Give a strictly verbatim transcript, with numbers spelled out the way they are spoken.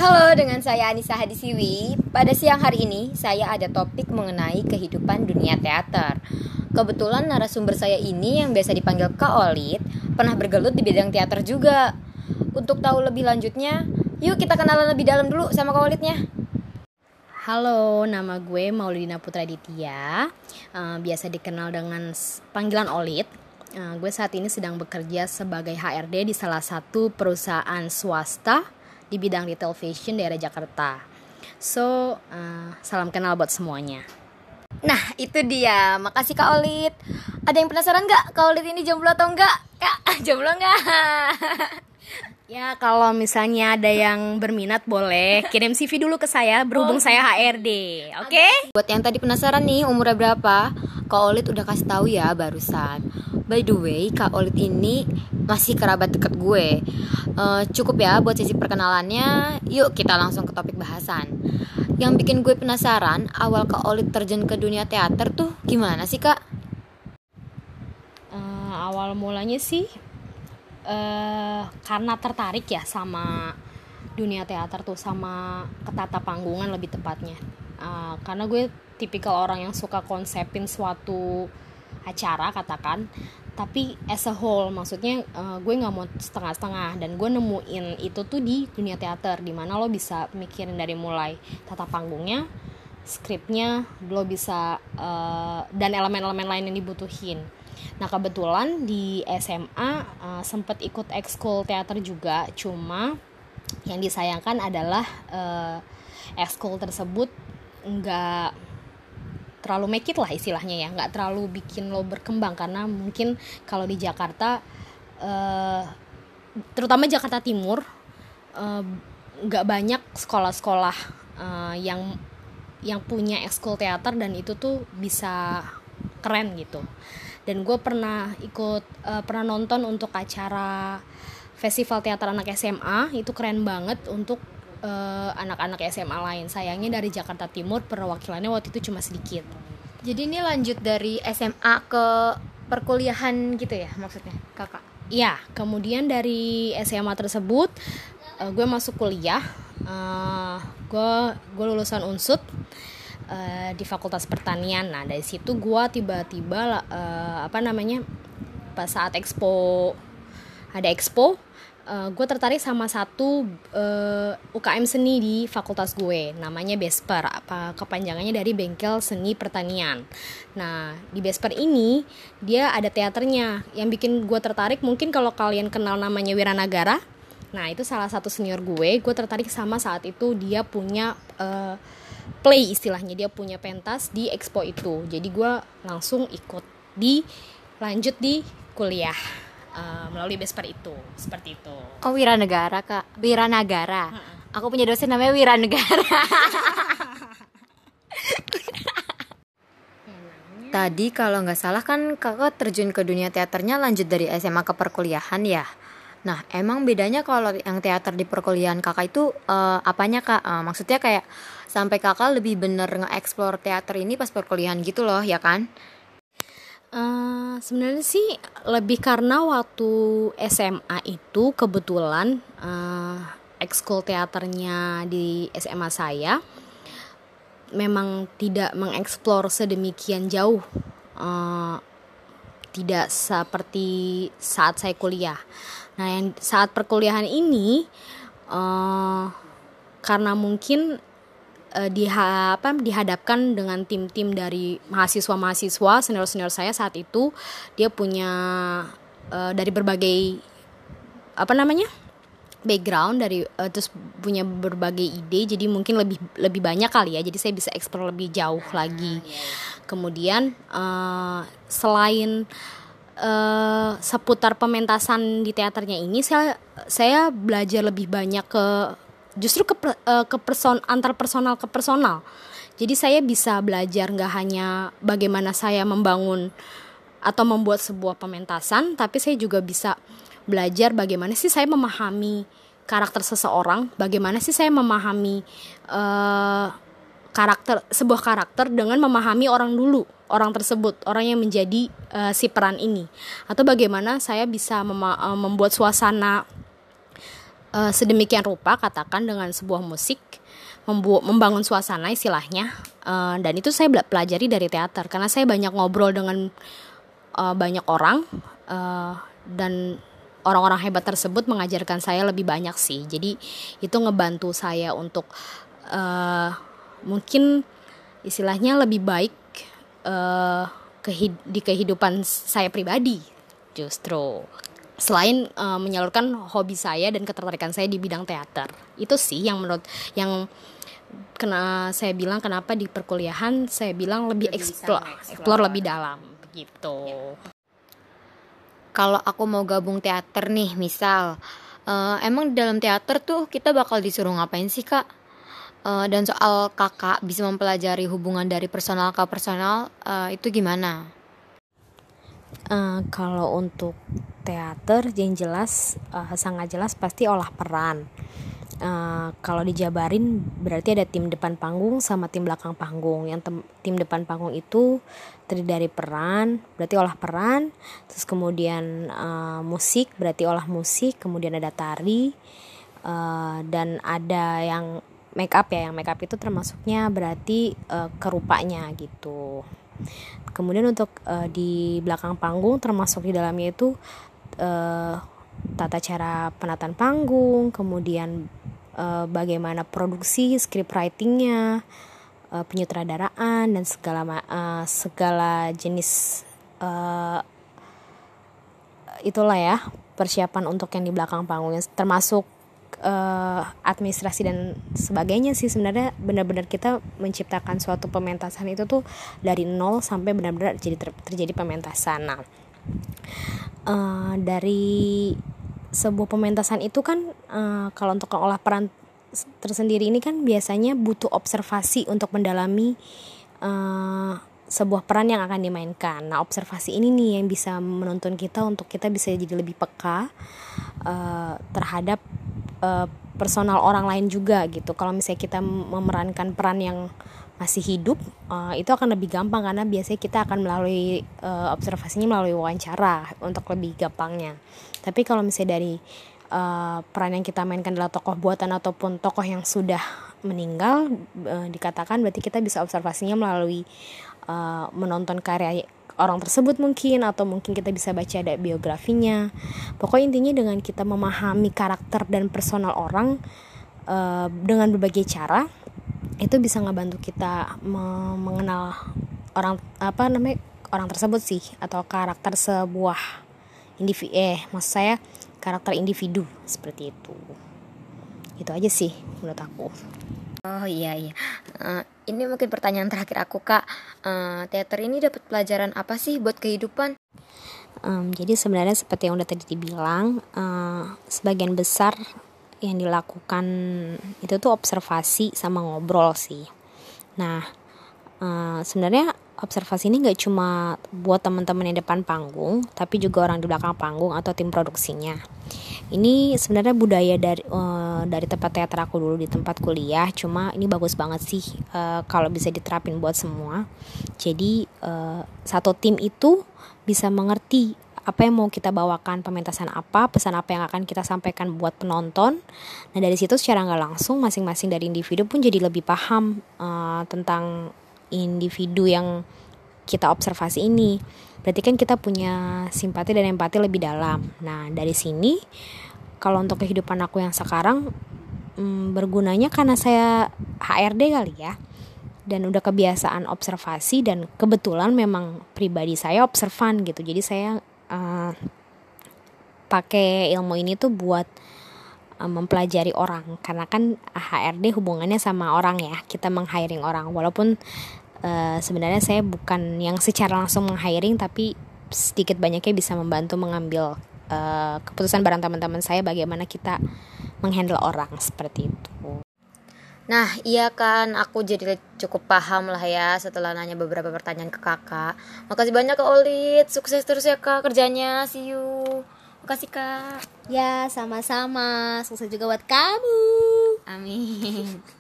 Halo, dengan saya Anissa Hadisiwi. Pada siang hari ini, saya ada topik mengenai kehidupan dunia teater. Kebetulan narasumber saya ini yang biasa dipanggil Kak Olit, pernah bergelut di bidang teater juga. Untuk tahu lebih lanjutnya, yuk kita kenalan lebih dalam dulu sama Kak Olitnya. Halo, nama gue Maulidina Putra Ditya, uh, biasa dikenal dengan panggilan Olit. Uh, gue saat ini sedang bekerja sebagai H R D di salah satu perusahaan swasta di bidang retail fashion daerah Jakarta. So, uh, salam kenal buat semuanya. Nah, itu dia. Makasih Kak Olit. Ada yang penasaran gak Kak Olit ini jomblo atau enggak? Kak, jomblo enggak? Ya, kalau misalnya ada yang berminat boleh kirim C V dulu ke saya, berhubung oh. saya H R D. Oke? Okay? Buat yang tadi penasaran nih umurnya berapa, Kak Olit udah kasih tahu ya barusan. By the way, Kak Olit ini masih kerabat dekat gue. uh, Cukup ya buat sesi perkenalannya. Yuk kita langsung ke topik bahasan. Yang bikin gue penasaran, awal Kak Olit terjun ke dunia teater tuh gimana sih Kak? Uh, awal mulanya sih uh, karena tertarik ya sama dunia teater tuh, sama ketata panggungan lebih tepatnya. uh, Karena gue tipikal orang yang suka konsepin suatu acara katakan, tapi as a whole, maksudnya uh, gue nggak mau setengah-setengah, dan gue nemuin itu tuh di dunia teater, dimana lo bisa mikirin dari mulai tata panggungnya, skripnya, lo bisa uh, dan elemen-elemen lain yang dibutuhin. Nah kebetulan di S M A uh, sempet ikut ekskul teater juga, cuma yang disayangkan adalah uh, ekskul tersebut nggak terlalu make it lah istilahnya ya, nggak terlalu bikin lo berkembang, karena mungkin kalau di Jakarta uh, terutama Jakarta Timur uh, nggak banyak sekolah-sekolah uh, yang yang punya ekskul teater, dan itu tuh bisa keren gitu. Dan gue pernah ikut uh, pernah nonton untuk acara festival teater anak S M A, itu keren banget untuk Uh, anak-anak S M A lain. Sayangnya dari Jakarta Timur perwakilannya waktu itu cuma sedikit. Jadi ini lanjut dari S M A ke perkuliahan gitu ya maksudnya kakak? Iya, kemudian dari S M A tersebut uh, gue masuk kuliah. uh, gue gue lulusan Unsud uh, di Fakultas Pertanian. Nah dari situ gue tiba-tiba uh, apa namanya pas saat expo ada expo, Uh, gue tertarik sama satu uh, U K M seni di fakultas gue, namanya Besper, apa kepanjangannya dari Bengkel Seni Pertanian. Nah di Besper ini dia ada teaternya. Yang bikin gue tertarik, mungkin kalau kalian kenal namanya Wiranagara. Nah itu salah satu senior gue. Gue tertarik sama saat itu dia punya uh, play, istilahnya dia punya pentas di expo itu. Jadi gue langsung ikut di lanjut di kuliah Uh, melalui Besper itu, seperti itu. Oh Wiranagara kak, Wiranagara. Hmm. Aku punya dosen namanya Wiranegara. Tadi kalau nggak salah kan kakak terjun ke dunia teaternya lanjut dari S M A ke perkuliahan ya. Nah emang bedanya kalau yang teater di perkuliahan kakak itu uh, apanya kak? Uh, maksudnya kayak sampai kakak lebih bener nge-explore teater ini pas perkuliahan gitu loh ya kan? Uh, sebenarnya sih lebih karena waktu S M A itu kebetulan uh, ekskul teaternya di S M A saya memang tidak mengeksplor sedemikian jauh, uh, tidak seperti saat saya kuliah. Nah yang saat perkuliahan ini uh, karena mungkin Diha, apa, dihadapkan dengan tim-tim dari mahasiswa-mahasiswa senior-senior saya saat itu, dia punya uh, dari berbagai apa namanya background, dari uh, terus punya berbagai ide, jadi mungkin lebih lebih banyak kali ya, jadi saya bisa explore lebih jauh lagi. Kemudian uh, selain uh, seputar pementasan di teaternya ini, saya saya belajar lebih banyak ke justru ke, uh, ke person, antar personal ke personal. Jadi saya bisa belajar gak hanya bagaimana saya membangun atau membuat sebuah pementasan, tapi saya juga bisa belajar bagaimana sih saya memahami karakter seseorang, bagaimana sih saya memahami uh, karakter sebuah karakter dengan memahami orang dulu, orang tersebut, orang yang menjadi uh, si peran ini, atau bagaimana saya bisa mema- uh, membuat suasana uh, sedemikian rupa, katakan dengan sebuah musik, membu- membangun suasana istilahnya. Uh, dan itu saya pelajari dari teater, karena saya banyak ngobrol dengan uh, banyak orang, uh, dan orang-orang hebat tersebut mengajarkan saya lebih banyak sih. Jadi itu ngebantu saya untuk uh, mungkin istilahnya lebih baik uh, kehid- di kehidupan saya pribadi justru. Selain uh, menyalurkan hobi saya dan ketertarikan saya di bidang teater. Itu sih yang menurut yang kena saya bilang kenapa di perkuliahan saya bilang lebih, lebih explore, explore lebih dalam gitu. Kalau aku mau gabung teater nih, misal uh, emang di dalam teater tuh kita bakal disuruh ngapain sih, Kak? Uh, dan soal kakak bisa mempelajari hubungan dari personal ke personal, uh, itu gimana? Uh, kalau untuk teater yang jelas, uh, sangat jelas pasti olah peran. Uh, kalau dijabarin berarti ada tim depan panggung sama tim belakang panggung. Yang tem- tim depan panggung itu terdiri dari peran, berarti olah peran. Terus kemudian uh, musik, berarti olah musik. Kemudian ada tari, uh, dan ada yang make up ya. Yang make up itu termasuknya berarti uh, kerupanya gitu. Kemudian untuk uh, di belakang panggung termasuk di dalamnya itu uh, tata cara penataan panggung, kemudian uh, bagaimana produksi, script writingnya, uh, penyutradaraan dan segala uh, segala jenis uh, itulah ya persiapan untuk yang di belakang panggung, termasuk uh, administrasi dan sebagainya sih. Sebenarnya benar-benar kita menciptakan suatu pementasan itu tuh dari nol sampai benar-benar jadi ter- terjadi pementasan. Nah, uh, dari sebuah pementasan itu kan uh, kalau untuk olah peran tersendiri ini kan biasanya butuh observasi untuk mendalami uh, sebuah peran yang akan dimainkan. Nah, observasi ini nih yang bisa menuntun kita untuk kita bisa jadi lebih peka uh, terhadap uh, personal orang lain juga gitu. Kalau misalnya kita memerankan peran yang masih hidup, uh, itu akan lebih gampang karena biasanya kita akan melalui uh, observasinya melalui wawancara untuk lebih gampangnya. Tapi kalau misalnya dari uh, peran yang kita mainkan adalah tokoh buatan ataupun tokoh yang sudah meninggal, uh, dikatakan berarti kita bisa observasinya melalui uh, menonton karya orang tersebut mungkin, atau mungkin kita bisa baca ada biografinya. Pokoknya intinya dengan kita memahami karakter dan personal orang uh, dengan berbagai cara, itu bisa ngebantu kita me- mengenal orang apa namanya orang tersebut sih, atau karakter sebuah individu eh maksud saya karakter individu seperti itu. Itu aja sih menurut aku. Oh iya iya. Uh, ini mungkin pertanyaan terakhir aku, Kak. Uh, teater ini dapat pelajaran apa sih buat kehidupan? Um, jadi sebenarnya seperti yang udah tadi dibilang, uh, sebagian besar yang dilakukan itu tuh observasi sama ngobrol sih. Nah, uh, sebenarnya observasi ini nggak cuma buat teman-teman yang depan panggung, tapi juga orang di belakang panggung atau tim produksinya. Ini sebenarnya budaya dari uh, dari tempat teater aku dulu di tempat kuliah. Cuma ini bagus banget sih uh, kalau bisa diterapin buat semua. Jadi uh, satu tim itu bisa mengerti apa yang mau kita bawakan, pementasan apa, pesan apa yang akan kita sampaikan buat penonton. Nah, dari situ secara nggak langsung masing-masing dari individu pun jadi lebih paham uh, tentang individu yang kita observasi ini. Berarti kan kita punya simpati dan empati lebih dalam. Nah, dari sini kalau untuk kehidupan aku yang sekarang hmm, bergunanya karena saya H R D kali ya, dan udah kebiasaan observasi, dan kebetulan memang pribadi saya observan gitu. Jadi saya Uh, pakai ilmu ini tuh buat uh, mempelajari orang, karena kan H R D hubungannya sama orang ya, kita meng-hiring orang. Walaupun uh, sebenarnya saya bukan yang secara langsung meng-hiring, tapi sedikit banyaknya bisa membantu mengambil uh, keputusan bareng teman-teman saya bagaimana kita menghandle orang seperti itu. Nah iya kan, aku jadi cukup paham lah ya setelah nanya beberapa pertanyaan ke kakak. Makasih banyak Kak Olit, sukses terus ya Kak kerjanya, see you. Makasih Kak. Ya sama-sama, sukses juga buat kamu. Amin.